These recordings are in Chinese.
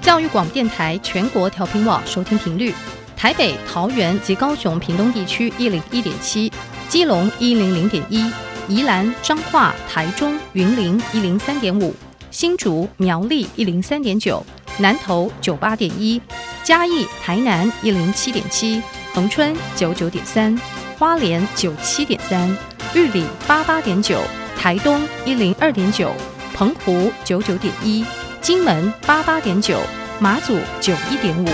教育广播电台全国调频网收听频率：台北、桃园及高雄屏东地区101.7，基隆100.1，宜兰、彰化、台中、云林103.5，新竹、苗栗103.9，南投98.1，嘉义、台南107.7，恒春99.3，花莲97.3，玉里88.9，台东102.9，澎湖99.1，金门88.9，马祖91.5。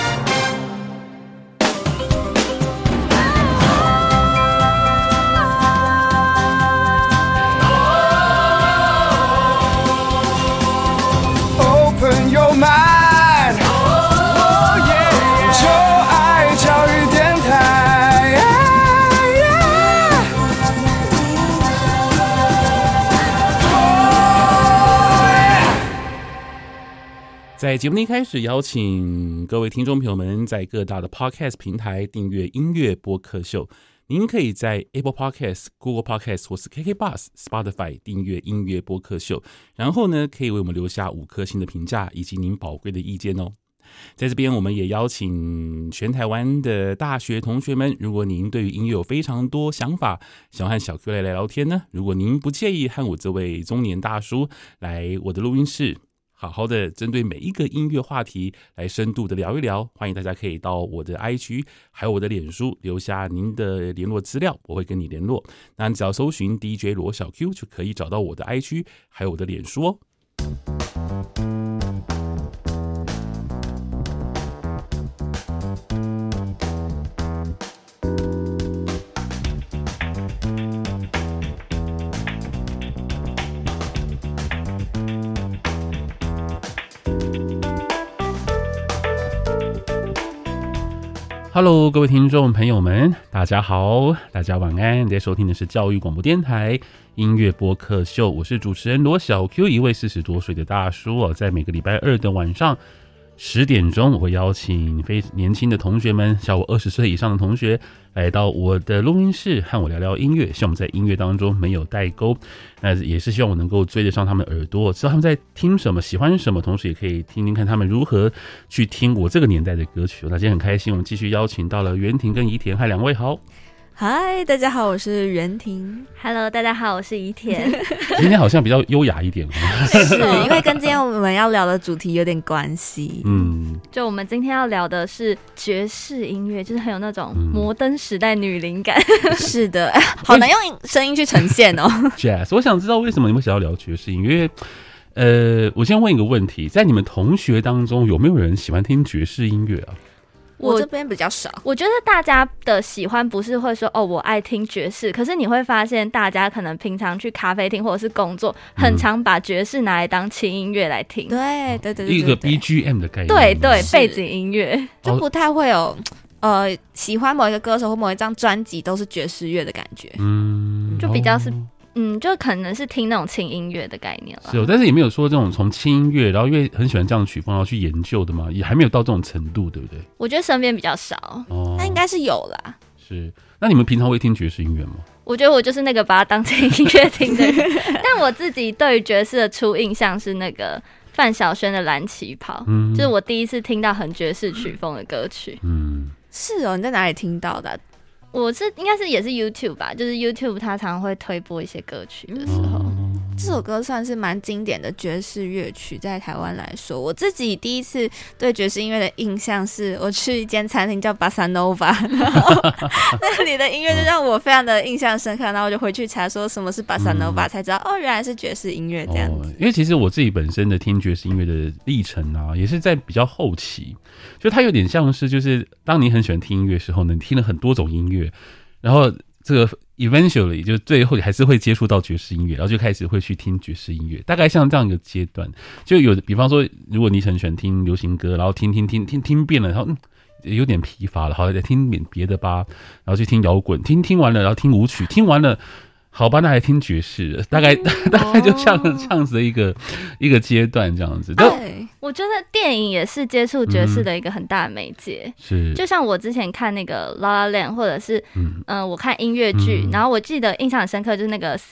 Open your mind， 就爱教育电台。 在节目的一开始，邀请各位听众朋友们在各大的 Podcast 平台订阅音乐播客秀。您可以在 Apple Podcast、Google Podcast 或是 KKBOX、Spotify 订阅音乐播客秀，然后呢，可以为我们留下5颗星的评价以及您宝贵的意见哦。在这边，我们也邀请全台湾的大学同学们，如果您对于音乐有非常多想法，想和小 Q 来聊天呢，如果您不介意和我这位中年大叔来我的录音室，好好的针对每一个音乐话题来深度的聊一聊，欢迎大家可以到我的 IG 还有我的脸书留下您的联络资料，我会跟你联络。那你只要搜寻 DJ 罗小 Q 就可以找到我的 IG 还有我的脸书哦。Hello， 各位听众朋友们，大家好，大家晚安。你在收听的是教育广播电台音乐播客秀，我是主持人罗小 Q， 一位40多岁的大叔哦。在每个礼拜二的晚上10点钟，我会邀请非年轻的同学们，小我20岁以上的同学，来到我的录音室和我聊聊音乐，希望我们在音乐当中没有代沟，也是希望我能够追得上他们耳朵，知道他们在听什么，喜欢什么，同时也可以听听看他们如何去听我这个年代的歌曲。那今天很开心，我们继续邀请到了袁婷跟怡田，嗨，两位好。 嗨，大家好，我是袁婷。 Hello， 大家好，我是怡田。 今天好像比较优雅一点， 是因为跟今天我们要聊的主题有点关系。 就我们今天要聊的是爵士音乐，就是很有那种摩登时代女灵感。 是的，好难用声音去呈现哦。 Jazz， 我想知道为什么你们想要聊爵士音乐？因为我先问一个问题，在你们同学当中有没有人喜欢听爵士音乐啊？ 我这边比较少， 我觉得大家的喜欢不是会说哦我爱听爵士，可是你会发现大家可能平常去咖啡厅或者是工作，很常把爵士拿来当轻音乐来听， 对， 一个 BGM 的概念， 对对，背景音乐就不太会有喜欢某一个歌手或某一张专辑都是爵士乐的感觉， 就比较是。就可能是听那种轻音乐的概念了。 是，但是也没有说这种从轻音乐，然后因为很喜欢这样的曲风，然后去研究的嘛，也还没有到这种程度，对不对？ 我觉得身边比较少。 那应该是有啦。 是，那你们平常会听爵士音乐吗？ 我觉得我就是那个把它当轻音乐听的人，但我自己对于爵士的初印象是那个范晓萱的《蓝旗袍》，就是我第一次听到很爵士曲风的歌曲。 是哦，你在哪里听到的？ 我是应该是也是 YouTube 吧，就是 YouTube 它常常会推播一些歌曲的时候。 这首歌算是蛮经典的爵士乐曲，在台湾来说，我自己第一次对爵士音乐的印象是我去一间餐厅叫 Bossa Nova， 然后那里的音乐就让我非常的印象深刻，然后我就回去查说什么是 Bossa Nova， 才知道原来是爵士音乐这样子。 因为其实我自己本身的听爵士音乐的历程啊，也是在比较后期，就它有点像是就是当你很喜欢听音乐的时候呢，你听了很多种音乐，然后这个 eventually 就最后还是会接触到爵士音乐，然后就开始会去听爵士音乐，大概像这样一个阶段。就有比方说，如果你很喜欢听流行歌，然后听遍了，然后有点疲乏了，好，再听别的吧，然后去听摇滚，听完了，然后听舞曲，听完了。好吧，那还听爵士，大概就像这样子的一个阶段这样子。 对，我觉得电影也是接触爵士的一个很大的媒介。 是， 就像我之前看那个《La La Land》，或者是我看音乐剧，然后我记得印象很深刻就是那个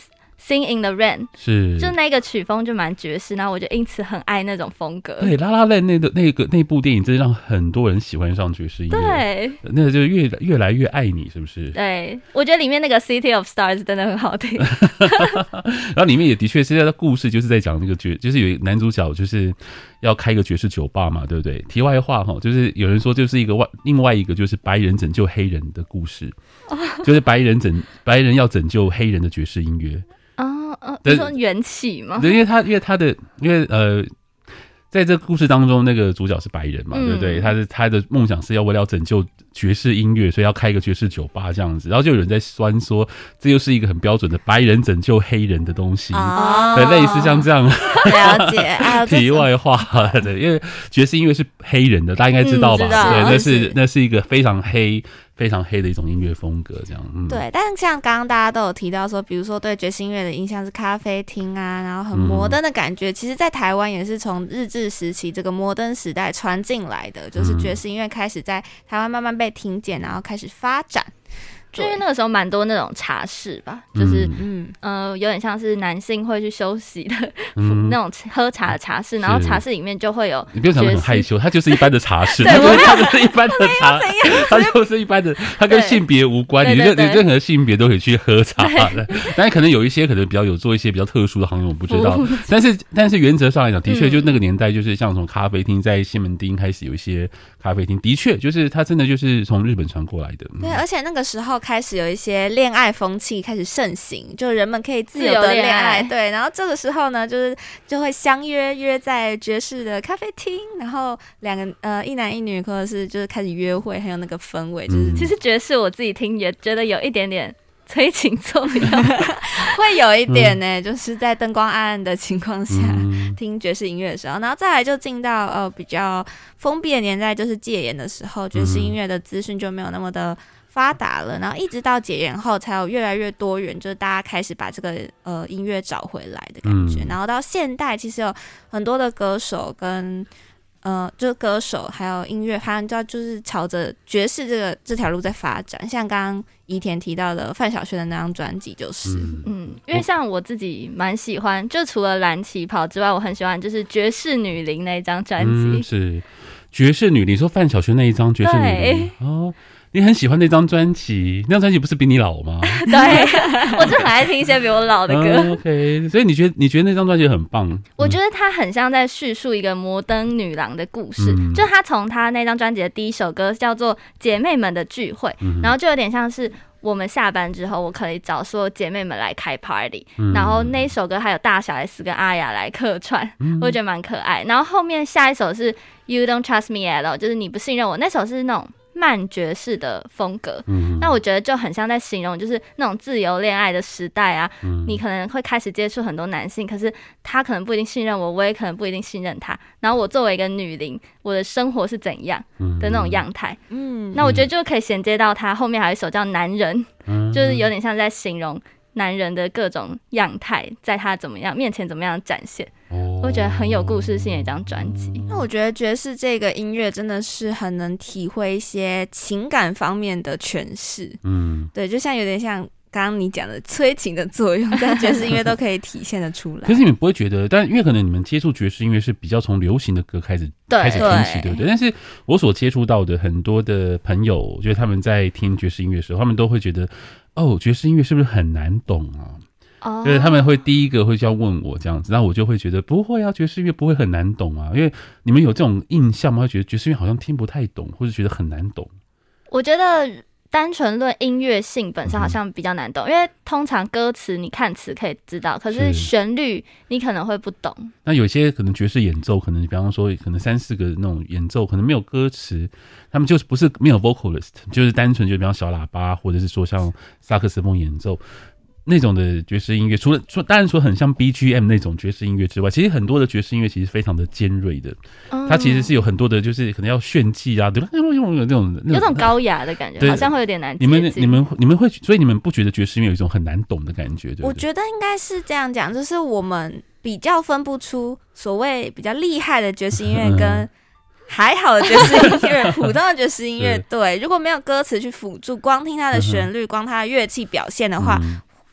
Sing in the Rain， 是就那个曲风就蛮爵士，然后我就因此很爱那种风格。 对，拉拉链那部电影真的让很多人喜欢上爵士音乐， 对， 那个就越来越爱你，是不是？ 对，我觉得里面那个 City of Stars 真的很好听。 然后里面也的确是的故事，就是在讲那个就是有一个男主角就是要开一个爵士酒吧嘛，对不对？题外话哈，就是有人说就是另外一个就是白人拯救黑人的故事，就是白人要拯救黑人的爵士音乐。 你说缘起吗？ 对，因为在这个故事当中，那个主角是白人嘛，对不对？他的梦想是要为了拯救爵士音乐，所以要开一个爵士酒吧这样子。然后就有人在酸说，这又是一个很标准的白人拯救黑人的东西，对，类似像这样。 了解。 题外话，对，因为爵士音乐是黑人的，大家应该知道吧？对，那是一个非常黑的一种音乐风格，这样。 对，但是像刚刚大家都有提到说，比如说对爵士音乐的印象是咖啡厅啊，然后很摩登的感觉。其实，在台湾也是从日治时期这个摩登时代传进来的，就是爵士音乐开始在台湾慢慢被听见，然后开始发展。 就因为那个时候蛮多那种茶室吧，就是有点像是男性会去休息的那种喝茶的茶室，然后茶室里面就会有。 你不要讲得很害羞，它就是一般的茶室，它就是一般的茶，它就是一般的，它跟性别无关，你任何性别都可以去喝茶的。但是可能有一些可能比较有做一些比较特殊的行业，我不知道。但是原则上来讲，的确就那个年代，就是像从咖啡厅在西门町开始有一些咖啡厅，的确就是它真的就是从日本传过来的。 对，而且那个时候开始有一些恋爱风气开始盛行，就人们可以自由的恋爱。对，然后这个时候呢，就会相约在爵士的咖啡厅，然后两个一男一女，或者是就是开始约会，很有那个氛围。就是其实爵士我自己听也觉得有一点点催情作用， 会有一点呢，就是在灯光暗暗的情况下听爵士音乐的时候，然后再来就进到比较封闭的年代，就是戒严的时候，爵士音乐的资讯就没有那么的发达了，然后一直到解严后才有越来越多元，就是大家开始把这个音乐找回来的感觉。然后到现代，其实有很多的歌手跟就是歌手还有音乐，还有就是朝着爵士这条路在发展。像刚刚宜田提到的范晓萱的那张专辑，就是因为像我自己蛮喜欢，就除了蓝旗袍之外，我很喜欢就是爵士女伶那一张专辑， 是爵士女伶，说范晓萱那一张爵士女伶哦。你很喜欢那张专辑，那张专辑不是比你老吗？ 对，我就很爱听一些比我老的歌。 OK， 所以你觉得那张专辑很棒？ 我觉得它很像在叙述一个摩登女郎的故事，就他从他那张专辑的第一首歌叫做《姐妹们的聚会》，然后就有点像是我们下班之后，我可以找所有姐妹们来开 party，然后那一首歌还有大小 S 跟阿雅来客串，我觉得蛮可爱。然后后面下一首是 You Don't Trust Me At All， 就是你不信任我，那首是那种慢爵士的风格，那我觉得就很像在形容就是那种自由恋爱的时代啊，你可能会开始接触很多男性，可是他可能不一定信任我，我也可能不一定信任他，然后我作为一个女伶，我的生活是怎样的那种样态，那我觉得就可以衔接到他后面还有一首叫男人，就是有点像在形容男人的各种样态在他怎么样面前怎么样展现，我觉得很有故事性的一张专辑。 那我觉得爵士这个音乐真的是很能体会一些情感方面的诠释，对，就像有点像刚刚你讲的催情的作用，在爵士音乐都可以体现得出来。 可是你们不会觉得，但因为可能你们接触爵士音乐是比较从流行的歌开始听起，对不对？但是我所接触到的很多的朋友，我觉得他们在听爵士音乐的时候，他们都会觉得，爵士音乐是不是很难懂啊？就是他们会第一个会这样问我这样子，然后我就会觉得不会啊，爵士乐不会很难懂啊，因为你们有这种印象吗？会觉得爵士乐好像听不太懂，或者觉得很难懂？ 我觉得单纯论音乐性本身好像比较难懂，因为通常歌词你看词可以知道，可是旋律你可能会不懂。 那有些可能爵士演奏，可能比方说可能3-4个那种演奏，可能没有歌词，他们就是不是没有 vocalist， 就是单纯就比方小喇叭，或者是说像萨克斯风演奏那种的爵士音乐，当然说很像 BGM 那种爵士音乐之外，其实很多的爵士音乐其实非常的尖锐的，它其实是有很多的，就是可能要炫技啊，对吧？有种高雅的感觉，好像会有点难接近。 你们会，所以你们不觉得爵士音乐有一种很难懂的感觉？对不对？ 我觉得应该是这样讲，就是我们比较分不出所谓比较厉害的爵士音乐跟还好的爵士音乐，普通的爵士音乐，对，如果没有歌词去辅助，光听它的旋律，光它的乐器表现的话，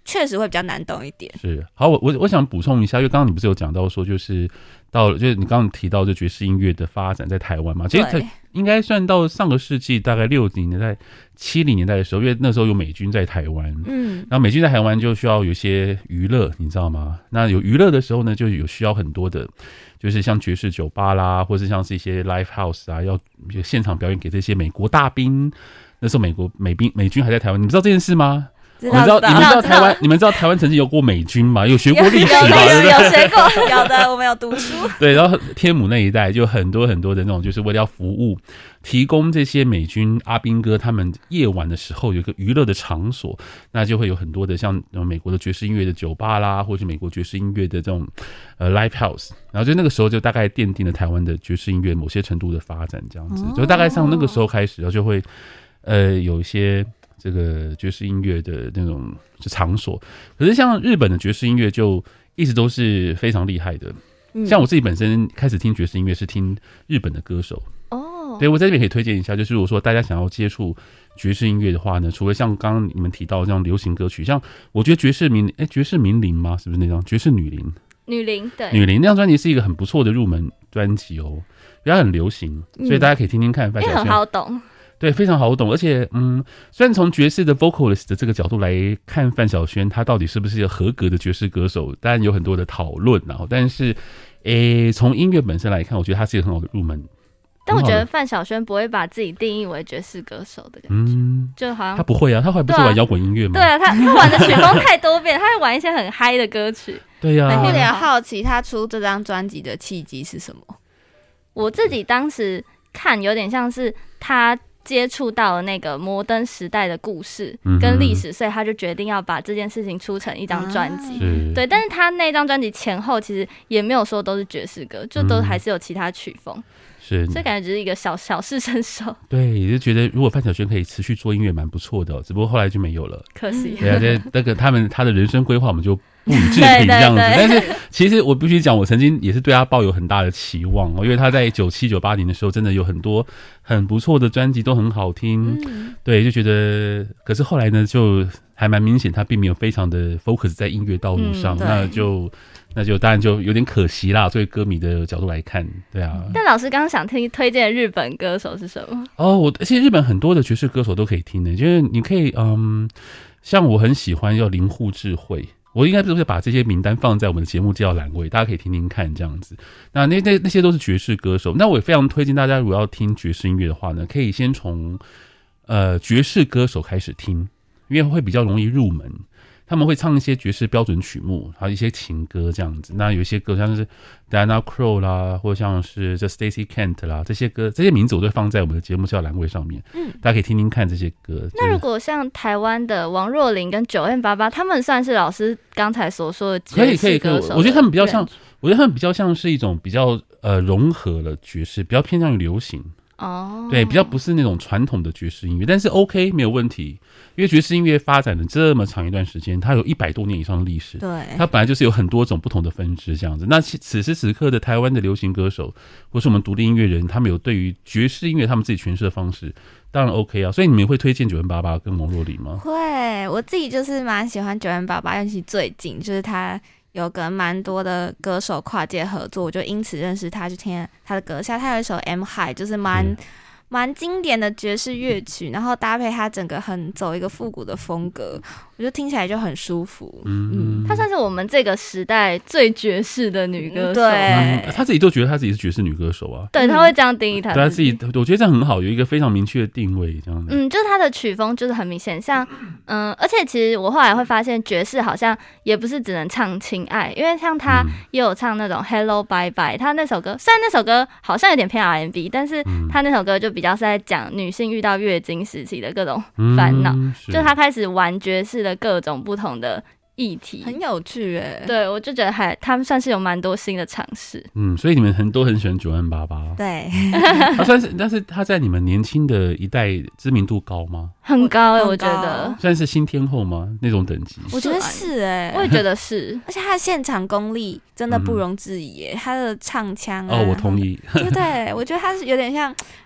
确实会比较难懂一点。 是，好，我想补充一下，因为刚刚你不是有讲到说，就是就是你刚刚提到就爵士音乐的发展在台湾嘛，其实它应该算到上个世纪大概60年代、70年代的时候，因为那时候有美军在台湾，然后美军在台湾就需要有一些娱乐，你知道吗？那有娱乐的时候呢，就有需要很多的，就是像爵士酒吧啦，或是像是一些 live house 啊，要现场表演给这些美国大兵。那时候美军还在台湾，你们知道这件事吗？你们知道台湾曾经有过美军吗？有学过历史吗？ 有学过，有的，我们有读书。 对，然后天母那一带就很多很多的那种，就是为了要服务，提供这些美军阿兵哥他们夜晚的时候有一个娱乐的场所，那就会有很多的像美国的爵士音乐的酒吧啦，或是美国爵士音乐的这种live house， 然后就那个时候就大概奠定了台湾的爵士音乐某些程度的发展，这样子，就大概上那个时候开始，然后就会有一些这个爵士音乐的那种场所。可是像日本的爵士音乐就一直都是非常厉害的，像我自己本身开始听爵士音乐是听日本的歌手哦。对，我在这边可以推荐一下，就是如果说大家想要接触爵士音乐的话呢，除了像刚刚你们提到的这样流行歌曲，像我觉得爵士名伶吗？是不是那张爵士女伶？ 对， 女伶那张专辑是一个很不错的入门专辑哦，因为它很流行，所以大家可以听听看。范晓萱很好懂。 对，非常好懂，而且虽然从爵士的 vocalist 的这个角度来看，范晓萱她到底是不是一个合格的爵士歌手，当然有很多的讨论，然后但是从音乐本身来看，我觉得她是一个很好的入门。 但我觉得范晓萱不会把自己定义为爵士歌手的感觉，就好像她不会啊，她后来不是玩摇滚音乐吗？ 对啊，她玩的曲风太多变，她会玩一些很嗨的歌曲。 对啊， 我有点好奇，她出这张专辑的契机是什么？ 我自己当时看有点像是她接触到了那个摩登时代的故事跟历史，所以他就决定要把这件事情出成一张专辑。对，但是他那张专辑前后其实也没有说都是爵士歌，就都还是有其他曲风。是，所以感觉只是一个小试身手。 对，也就觉得如果范晓萱可以持续做音乐蛮不错的，只不过后来就没有了， 可惜。 对啊，那个他的人生规划我们就不予置评这样子。但是其实我必须讲，我曾经也是对他抱有很大的期望因为他在97、98年的时候真的有很多很不错的专辑，都很好听。对，就觉得，可是后来呢，就还蛮明显，他并没有非常的 focus 在音乐道路上，那就当然就有点可惜啦。作为歌迷的角度来看，对啊。 但老师刚刚想推荐的日本歌手是什么？ 其实日本很多的爵士歌手都可以听的，就是你可以像我很喜欢叫铃户智慧。我应该不是把这些名单放在我们的节目介绍栏位，大家可以听听看这样子。那些都是爵士歌手，那我也非常推荐大家，如果要听爵士音乐的话呢，可以先从爵士歌手开始听，因为会比较容易入门。他们会唱一些爵士标准曲目，还有一些情歌这样子。那有一些歌像是 Diana Krall 啦，或像是这 Stacy Kent 啦，这些歌这些名字我都会放在我们的节目介绍栏位上面，大家可以听听看这些歌。 那如果像台湾的王若琳跟9m88，他们算是老师刚才所说的爵士歌手？ 我觉得他们比较像是一种比较融合了爵士，比较偏向于流行。对，比较不是那种传统的爵士音乐，但是 OK 没有问题，因为爵士音乐发展了这么长一段时间，它有100多年以上的历史，对，它本来就是有很多种不同的分支这样子。那此时此刻的台湾的流行歌手，或是我们独立音乐人，他们有对于爵士音乐他们自己诠释的方式，当然 OK 啊。所以你们会推荐9m88跟王若琳吗？ 会，我自己就是蛮喜欢9m88，尤其最近就是他有跟蛮多的歌手跨界合作，我就因此认识他，就听他的歌。像他有一首 M High， 就是蛮经典的爵士乐曲，然后搭配他整个很走一个复古的风格，我觉得听起来就很舒服。 她算是我们这个时代最爵士的女歌手。 对， 她自己都觉得她自己是爵士女歌手啊。 对，她会这样定义她。 对，她自己，我觉得这样很好，有一个非常明确的定位，这样子。 就是她的曲风就是很明显，像而且其实我后来会发现，爵士好像也不是只能唱情爱，因为像她也有唱那种 Hello Bye Bye， 她那首歌虽然那首歌好像有点偏 R&B， 但是她那首歌就比较是在讲女性遇到月经时期的各种烦恼，就她开始玩爵士的各种不同的议题， 很有趣耶。 对，我就觉得他们算是有蛮多新的尝试。 所以你们都很喜欢9m88。 对， 但是他在你们年轻的一代知名度高吗？ 很高我觉得算是新天后吗？那种等级？ 我觉得是我也觉得是。 而且他的现场功力真的不容置疑耶，他的唱腔我同意。 对，我觉得他是有点像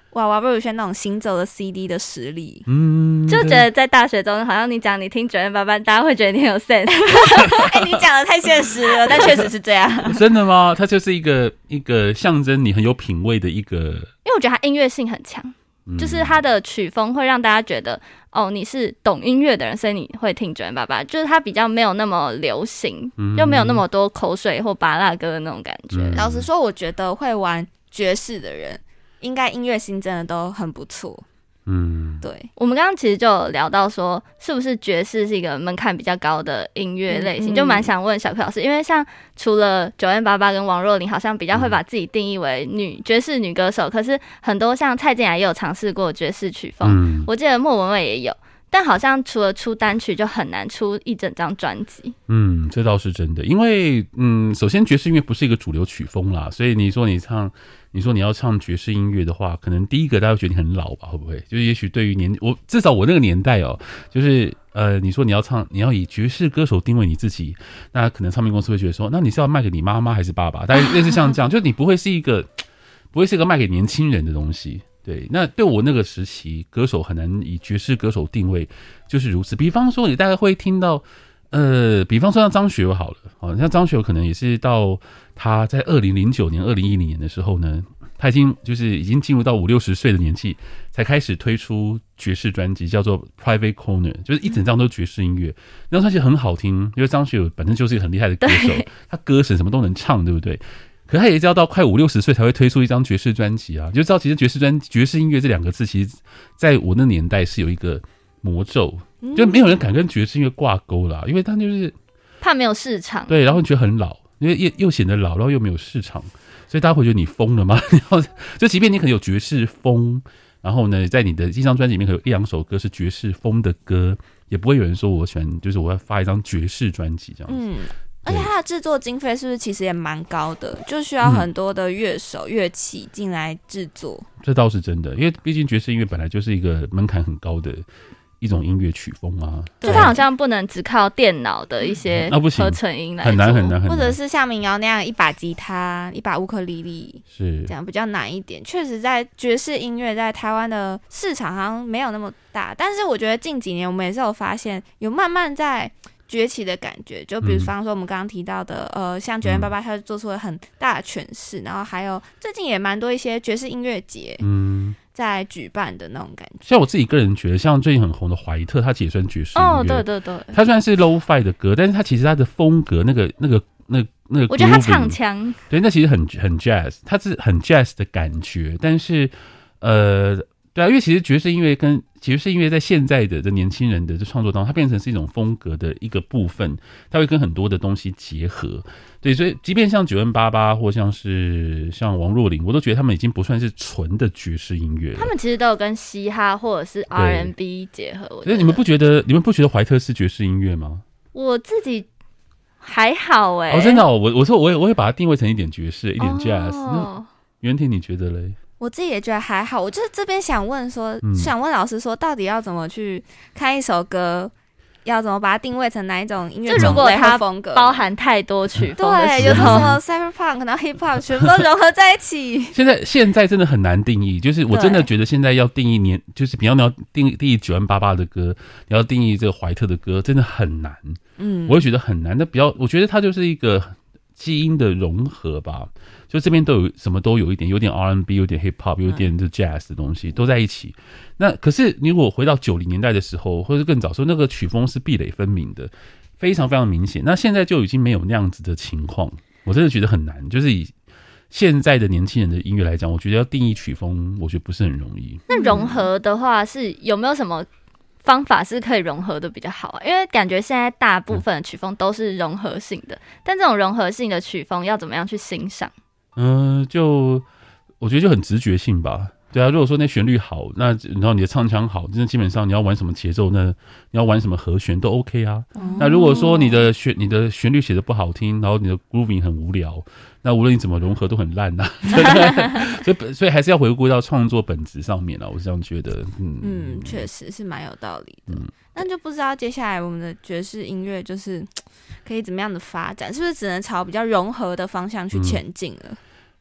娃娃瑞宇轩那种行走的 CD 的实力。 就觉得在大学中，好像你讲你听988，大家会觉得你很有 sense。 你讲的太现实了，但确实是这样。 真的吗？它就是一个象征你很有品味的一个，因为我觉得它音乐性很强。就是它的曲风会让大家觉得，你是懂音乐的人，所以你会听988。就是它比较没有那么流行，又没有那么多口水或芭乐歌的那种感觉。 老实说，我觉得会玩爵士的人，应该音乐性真的都很不错。对， 我们刚刚其实就有聊到说，是不是爵士是一个门槛比较高的音乐类型？就蛮想问小 Q 老师，因为像除了9m88跟王若琳，好像比较会把自己定义为爵士女歌手，可是很多像蔡健雅也有尝试过爵士曲风，我记得莫文蔚也有。但好像除了出单曲，就很难出一整张专辑。 这倒是真的，因为首先爵士音乐不是一个主流曲风啦，所以你说你要唱爵士音乐的话，可能第一个大家会觉得你很老吧？会不会？就是也许对于至少我那个年代就是你说你要以爵士歌手定位你自己，那可能唱片公司会觉得说，那你是要卖给你妈妈还是爸爸？大概类似像这样，就是你不会是一个卖给年轻人的东西。对，那对我那个时期，歌手很难以爵士歌手定位，就是如此。比方说，你大概会听到，比方说像张学友好了，像张学友可能也是到他在2009年、2010年的时候呢，他已经进入到50-60岁的年纪，才开始推出爵士专辑，叫做 Private Corner， 就是一整张都是爵士音乐。那张专辑很好听，因为张学友本身就是一个很厉害的歌手，他歌神什么都能唱，对不对？可他也是要到快50-60岁才会推出一张爵士专辑啊，就知道其实爵士音乐这两个字，其实在我那年代是有一个魔咒，就没有人敢跟爵士音乐挂钩啦，因为他就是怕没有市场， 对，然后觉得很老，因为又显得老，然后又没有市场，所以大家会觉得你疯了吗？然后就即便你可能有爵士风，然后呢，在你的这张专辑里面可能有1-2首歌是爵士风的歌，也不会有人说我喜欢，就是我要发一张爵士专辑这样子。 而且它的制作经费是不是其实也蛮高的？就需要很多的乐手、乐器进来制作。 这倒是真的，因为毕竟爵士音乐本来就是一个门槛很高的一种音乐曲风啊。 就它好像不能只靠电脑的一些合成音来做， 很难， 或者是像民谣那样一把吉他、一把乌克丽丽， 是这样比较难一点。确实，在爵士音乐在台湾的市场好像没有那么大，但是我觉得近几年我们也是有发现，有慢慢在崛起的感觉。就比如方说我们刚刚提到的像9m88他做出了很大的诠释，然后还有最近也蛮多一些爵士音乐节在举办的那种感觉。 像我自己个人觉得，像最近很红的怀特，他其实也算爵士音乐， 对， 他虽然是 low-fi 的歌，但是他其实他的风格那个我觉得他唱腔， 对，那其实很 jazz， 他是很 jazz 的感觉，但是对啊，因为其实爵士音乐在现在的年轻人的创作当中，它变成是一种风格的一个部分，它会跟很多的东西结合。对，所以即便像9m88或像王若琳，我都觉得他们已经不算是纯的爵士音乐了。 他们其实都有跟嘻哈或者是 R&B 结合。 所以你们不觉得怀特是爵士音乐吗？ 我自己还好真的我说我会把它定位成一点爵士，一点 jazz。那袁婷你觉得嘞？ 我自己也觉得还好，我就是这边想问老师说，到底要怎么去看一首歌，要怎么把它定位成哪一种音乐种类和风格？ 如果它包含太多曲风的对，有什么 cyberpunk 然后 hip hop 全部都融合在一起。 现在真的很难定义，就是我真的觉得现在要定义就是比方你要定义9m88的歌，你要定义这个怀特的歌，真的很难。我会觉得很难。我觉得它就是一个基因的融合吧。就这边什么都有一点，有点 R&B， 有点 hip hop， 有点 jazz 的东西都在一起。那可是你如果回到90年代的时候，或者更早时候，那个曲风是壁垒分明的，非常非常明显。那现在就已经没有那样子的情况，我真的觉得很难。就是以现在的年轻人的音乐来讲，我觉得要定义曲风，我觉得不是很容易。 那融合的话，是有没有什么方法是可以融合的比较好因为感觉现在大部分的曲风都是融合性的，但这种融合性的曲风要怎么样去欣赏？ 就我觉得就很直觉性吧。对啊，如果说那旋律好，那然后你的唱腔好，那基本上你要玩什么节奏呢？你要玩什么和弦都 OK 啊。那如果说你的旋律写的不好听，然后你的 grooving 很无聊，那无论你怎么融合都很烂啊。所以还是要回归到创作本质上面啊，我是这样觉得。 确实是蛮有道理的。那就不知道接下来我们的爵士音乐就是可以怎么样的发展，是不是只能朝比较融合的方向去前进了？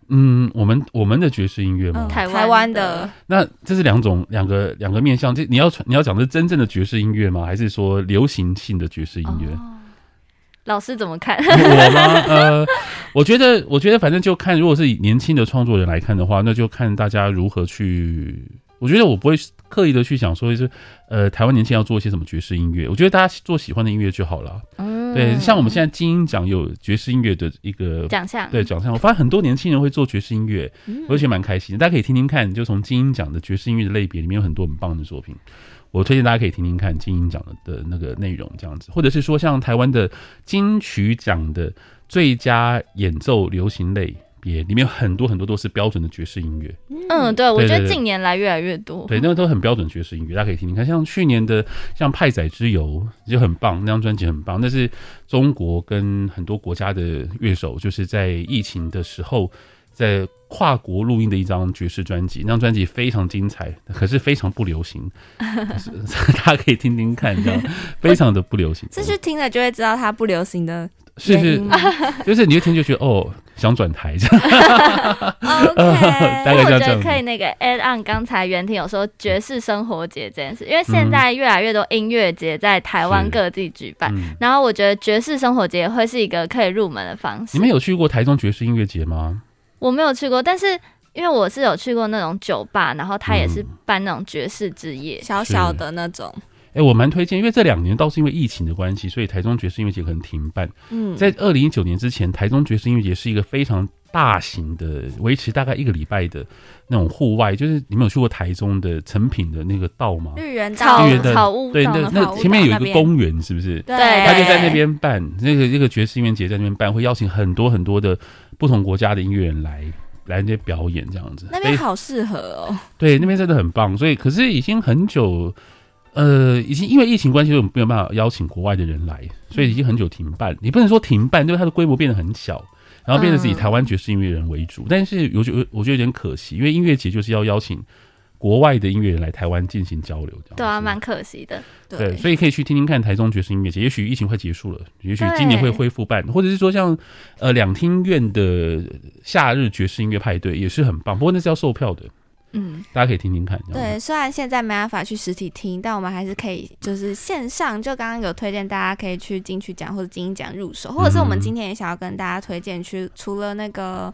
我们的爵士音乐吗？ 台台湾的。 那这是两个面向，你要讲的是真正的爵士音乐吗？还是说流行性的爵士音乐？ 老师怎么看？ 我吗？我觉得反正就看，如果是以年轻的创作人来看的话，那就看大家如何去。我觉得我不会刻意的去想说是台湾年轻人要做一些什么爵士音乐，我觉得大家做喜欢的音乐就好了。对，像我们现在金鹰奖有爵士音乐的一个奖项， 对奖项，我发现很多年轻人会做爵士音乐，我觉得蛮开心的。大家可以听听看，就从金鹰奖的爵士音乐的类别里面有很多很棒的作品。我推荐大家可以听听看金鹰奖的那个内容，这样子，或者是说像台湾的金曲奖的最佳演奏流行类别，里面有很多很多都是标准的爵士音乐。 对，我觉得近年来越来越多。 对，那个都很标准爵士音乐，大家可以听听看。像去年的像《派仔之游》就很棒，那张专辑很棒。那是中国跟很多国家的乐手，就是在疫情的时候，在跨国录音的一张爵士专辑，那张专辑非常精彩，可是非常不流行，大家可以听听看，这样非常的不流行。 这去听了就会知道它不流行的是，就是你一听就觉得想转台这样。 OK， 大概我像这样。 觉得可以那个 add on 刚才袁婷有说爵士生活节这件事，因为现在越来越多音乐节在台湾各地举办，然后我觉得爵士生活节会是一个可以入门的方式。 你们有去过台中爵士音乐节吗？ 我没有去过，但是因为我是有去过那种酒吧，然后他也是办那种爵士之夜， 小小的那种。 我蛮推荐，因为这2年倒是因为疫情的关系，所以台中爵士音乐节可能停办。在2019年之前，台中爵士音乐节是一个非常大型的，维持大概1个礼拜的那种户外，就是你们有去过台中的成品的那个道吗？ 绿园道， 草屋道， 对，那前面有一个公园，是不是？ 对， 他就在那边办那个爵士音乐节，在那边办，会邀请很多很多的不同国家的音乐人来那边表演，这样子。 那边好适合哦。 对，那边真的很棒，所以可是已经很久。已经因为疫情关系，我们没有办法邀请国外的人来，所以已经很久停办。你不能说停办，就是它的规模变得很小，然后变得是以台湾爵士音乐人为主。但是我觉得有点可惜，因为音乐节就是要邀请国外的音乐人来台湾进行交流，这样。 对啊，蛮可惜的。 对，所以可以去听听看台中爵士音乐节。也许疫情快结束了，也许今年会恢复办，或者是说像两厅院的夏日爵士音乐派对也是很棒，不过那是要售票的。大家可以听听看。 对，虽然现在没办法去实体听，但我们还是可以就是线上，就刚刚有推荐大家可以去金曲奖或者金鹰奖入手，或者是我们今天也想要跟大家推荐去，除了那个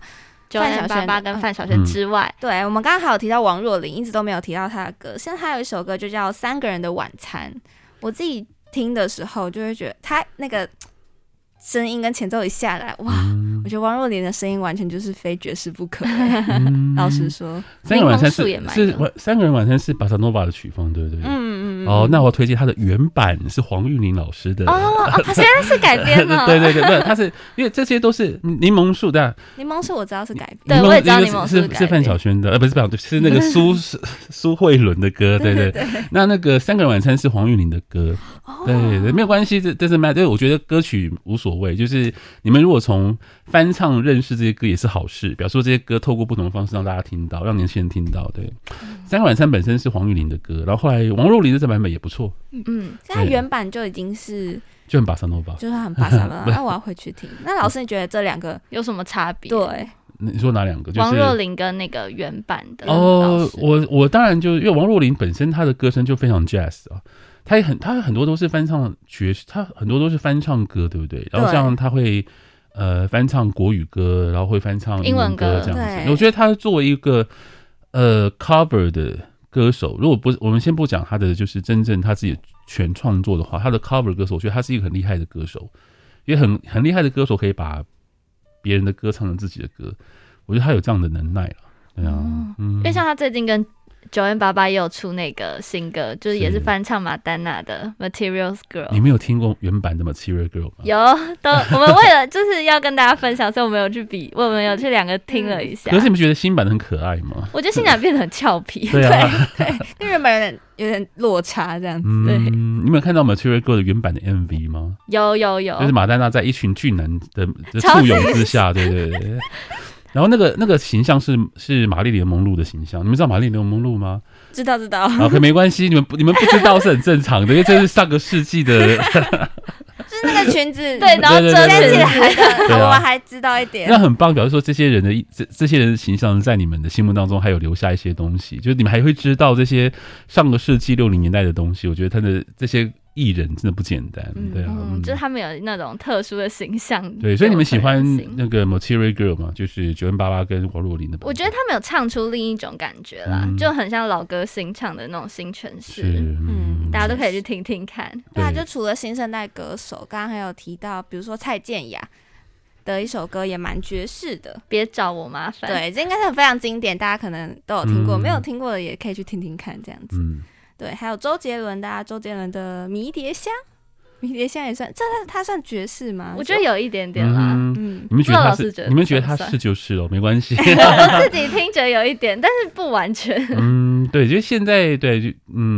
988跟范晓萱之外， 对，我们刚刚还有提到王若琳，一直都没有提到她的歌。现在还有一首歌就叫《3个人的晚餐》，我自己听的时候就会觉得她那个声音跟前奏一下来，哇！我觉得王若琳的声音完全就是非爵士不可。老实说 ，3个人晚餐是3个人晚餐是巴萨诺瓦的曲风，对不对？那我要推荐他的原版是黄韵玲老师的。 现在是改编了。 对，不是，他是因为这些都是柠檬树的。 柠檬树我知道是改编， 对，我也知道柠檬树是范晓萱的，不是是那个苏慧伦的歌，对。那个3个人晚餐是黄韵玲的歌，对，没有关系，这是卖。对，我觉得歌曲无所谓，就是你们如果从翻唱认识这些歌也是好事，表示说这些歌透过不同的方式让大家听到，让年轻人听到。对，3个晚餐本身是黄韵玲的歌，然后后来王若琳的这版本也不错。 现在原版就已经是就很巴萨诺巴， 就是很巴萨诺巴。那我要回去听。那老师，你觉得这两个有什么差别？ 对， 你说哪两个？就是王若琳跟那个原版的。 我当然就因为王若琳本身她的歌声就非常 jazz 啊。他很多都是翻唱爵士，他很多都是翻唱歌，对不对？然后像他会翻唱国语歌，然后会翻唱英文歌这样子。我觉得他作为一个cover 的歌手，如果不我们先不讲他的就是真正他自己全创作的话，他的 cover 歌手，我觉得他是一个很厉害的歌手，因为很厉害的歌手可以把别人的歌唱成自己的歌，我觉得他有这样的能耐了。对啊， 因为像他最近跟988也有出那个新歌，就是也是翻唱马丹娜的 Material Girl。你没有听过原版的 Material Girl 吗？ 有，我们为了就是要跟大家分享，所以我们有去我们有去两个听了一下。 可是你们觉得新版的很可爱吗？ 我觉得新版变得很俏皮， 对啊， 对，跟原版有点落差这样子。对， 你们有看到 Material Girl 的原版的 MV 吗？ 有， 就是马丹娜在一群俊男的簇拥之下，对。然后那个形象是玛丽莲梦露的形象，你们知道玛丽莲梦露吗？ 知道。 OK， 没关系，你们不知道是很正常的，因为这是上个世纪的。 就是就是那个裙子， 对，然后遮起来的， 我还知道一点。 那很棒，表示说这些人的形象在你们的心目当中还有留下一些东西，就是你们还会知道这些上个世纪60年代的东西。我觉得他的这些艺人真的不简单，对啊， 就是他们有那种特殊的形象。 对，所以你们喜欢那个 Material Girl 吗？就是9m88跟王若琳的版本。 我觉得他们有唱出另一种感觉啦，就很像老歌新唱的那种新诠释。大家都可以去听听看。 对啊，就除了新生代歌手，刚刚还有提到，比如说蔡健雅的一首歌也蛮爵士的， 别找我麻烦。 对，这应该是非常经典，大家可能都有听过，没有听过的也可以去听听看，这样子。对，还有周杰伦的周杰伦的迷迭香也算，他算爵士吗？ 我觉得有一点点啦。 你们觉得他是？你们觉得他是就是哦，没关系。 我自己听觉得有一点，但是不完全。 对，就现在对，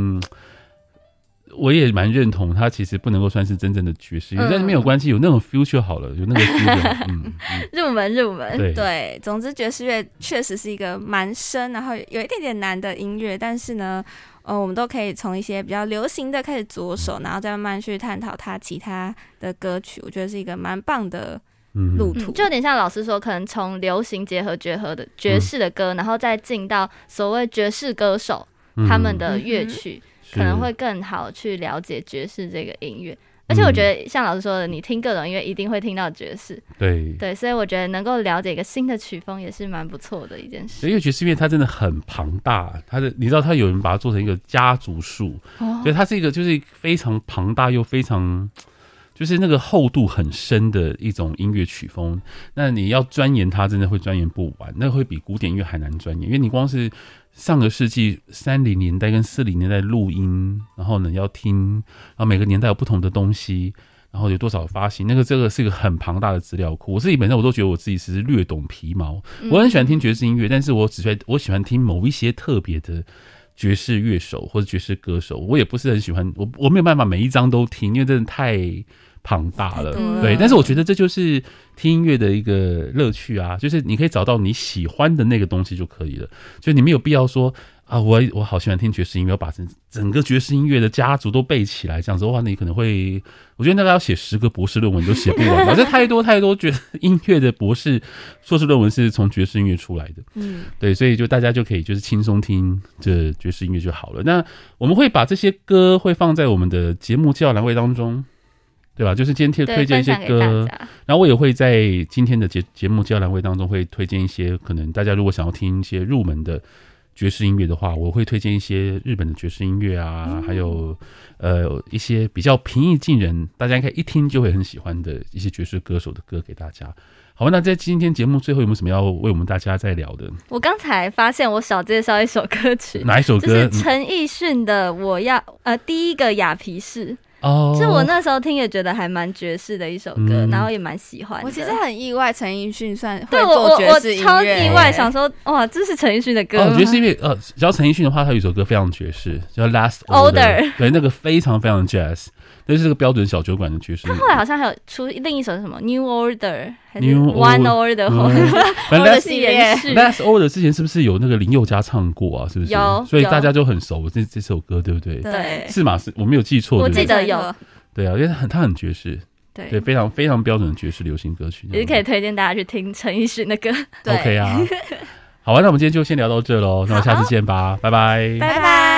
我也蛮认同，他其实不能够算是真正的爵士，但是没有关系，有那种 feel 就好了，有那个 feel 入门。 对，总之爵士乐确实是一个蛮深，然后有一点点难的音乐，但是呢，我们都可以从一些比较流行的开始着手，然后再慢慢去探讨他其他的歌曲，我觉得是一个蛮棒的路途。 就有点像老师说，可能从流行结合的爵士的歌，然后再进到所谓爵士歌手他们的乐曲。可能会更好去了解爵士这个音乐，而且我觉得像老师说的，你听各种音乐一定会听到爵士，对，所以我觉得能够了解一个新的曲风也是蛮不错的一件事。 因为爵士乐它真的很庞大，你知道它有人把它做成一个家族树，所以它是一个就是非常庞大又非常就是那个厚度很深的一种音乐曲风。那你要钻研它，真的会钻研不完，那会比古典乐还难钻研，因为你光是上个世纪30年代跟40年代录音，然后呢要听，然后每个年代有不同的东西，然后有多少发行，这个是一个很庞大的资料库。我自己本身我都觉得我自己其实略懂皮毛，我很喜欢听爵士音乐，但是我喜欢听某一些特别的爵士乐手或者爵士歌手，我也不是很喜欢，我没有办法每一张都听，因为真的太庞大了，对。但是我觉得这就是听音乐的一个乐趣啊，就是你可以找到你喜欢的那个东西就可以了，就你没有必要说啊，我好喜欢听爵士音乐，我把整个爵士音乐的家族都背起来，这样子的话，你可能会，我觉得那个要写10个博士论文都写不完吧，这太多觉得音乐的博士、硕士论文是从爵士音乐出来的，对，所以就大家就可以就是轻松听这爵士音乐就好了。那我们会把这些歌会放在我们的节目介绍栏位当中。对吧？就是今天推荐一些歌，然后我也会在今天的节目介绍栏位当中会推荐一些可能大家如果想要听一些入门的爵士音乐的话，我会推荐一些日本的爵士音乐啊，还有一些比较平易近人，大家应该一听就会很喜欢的一些爵士歌手的歌给大家。好，那在今天节目最后有没有什么要为我们大家再聊的？ 我刚才发现我少介绍一首歌曲， 哪一首歌？ 就是陈奕迅的《第一个雅皮士》。就我那时候听也觉得还蛮爵士的一首歌，然后也蛮喜欢的。 我其实很意外，陈奕迅算会做爵士音乐， 我超意外，想说哇，这是陈奕迅的歌吗？ 爵士音乐只要陈奕迅的话，他有一首歌非常爵士，叫《Last Order》，对，那个非常非常 jazz， 那是个标准小酒馆的爵士。 他后来好像还有出另一首是什么 New Order 还是 One Order 的系列。 Last Order 之前是不是有那个林宥嘉唱过啊？是不是？ 有， 所以大家就很熟这首歌，对不对？ 对， 是吗？是我没有记错， 我记得有。 对啊，因为他很爵士，对，非常非常标准的爵士流行歌曲， 也是可以推荐大家去听陈奕迅的歌。 OK 啊，好啊，那我们今天就先聊到这喽，那我们下次见吧，拜拜， 拜拜。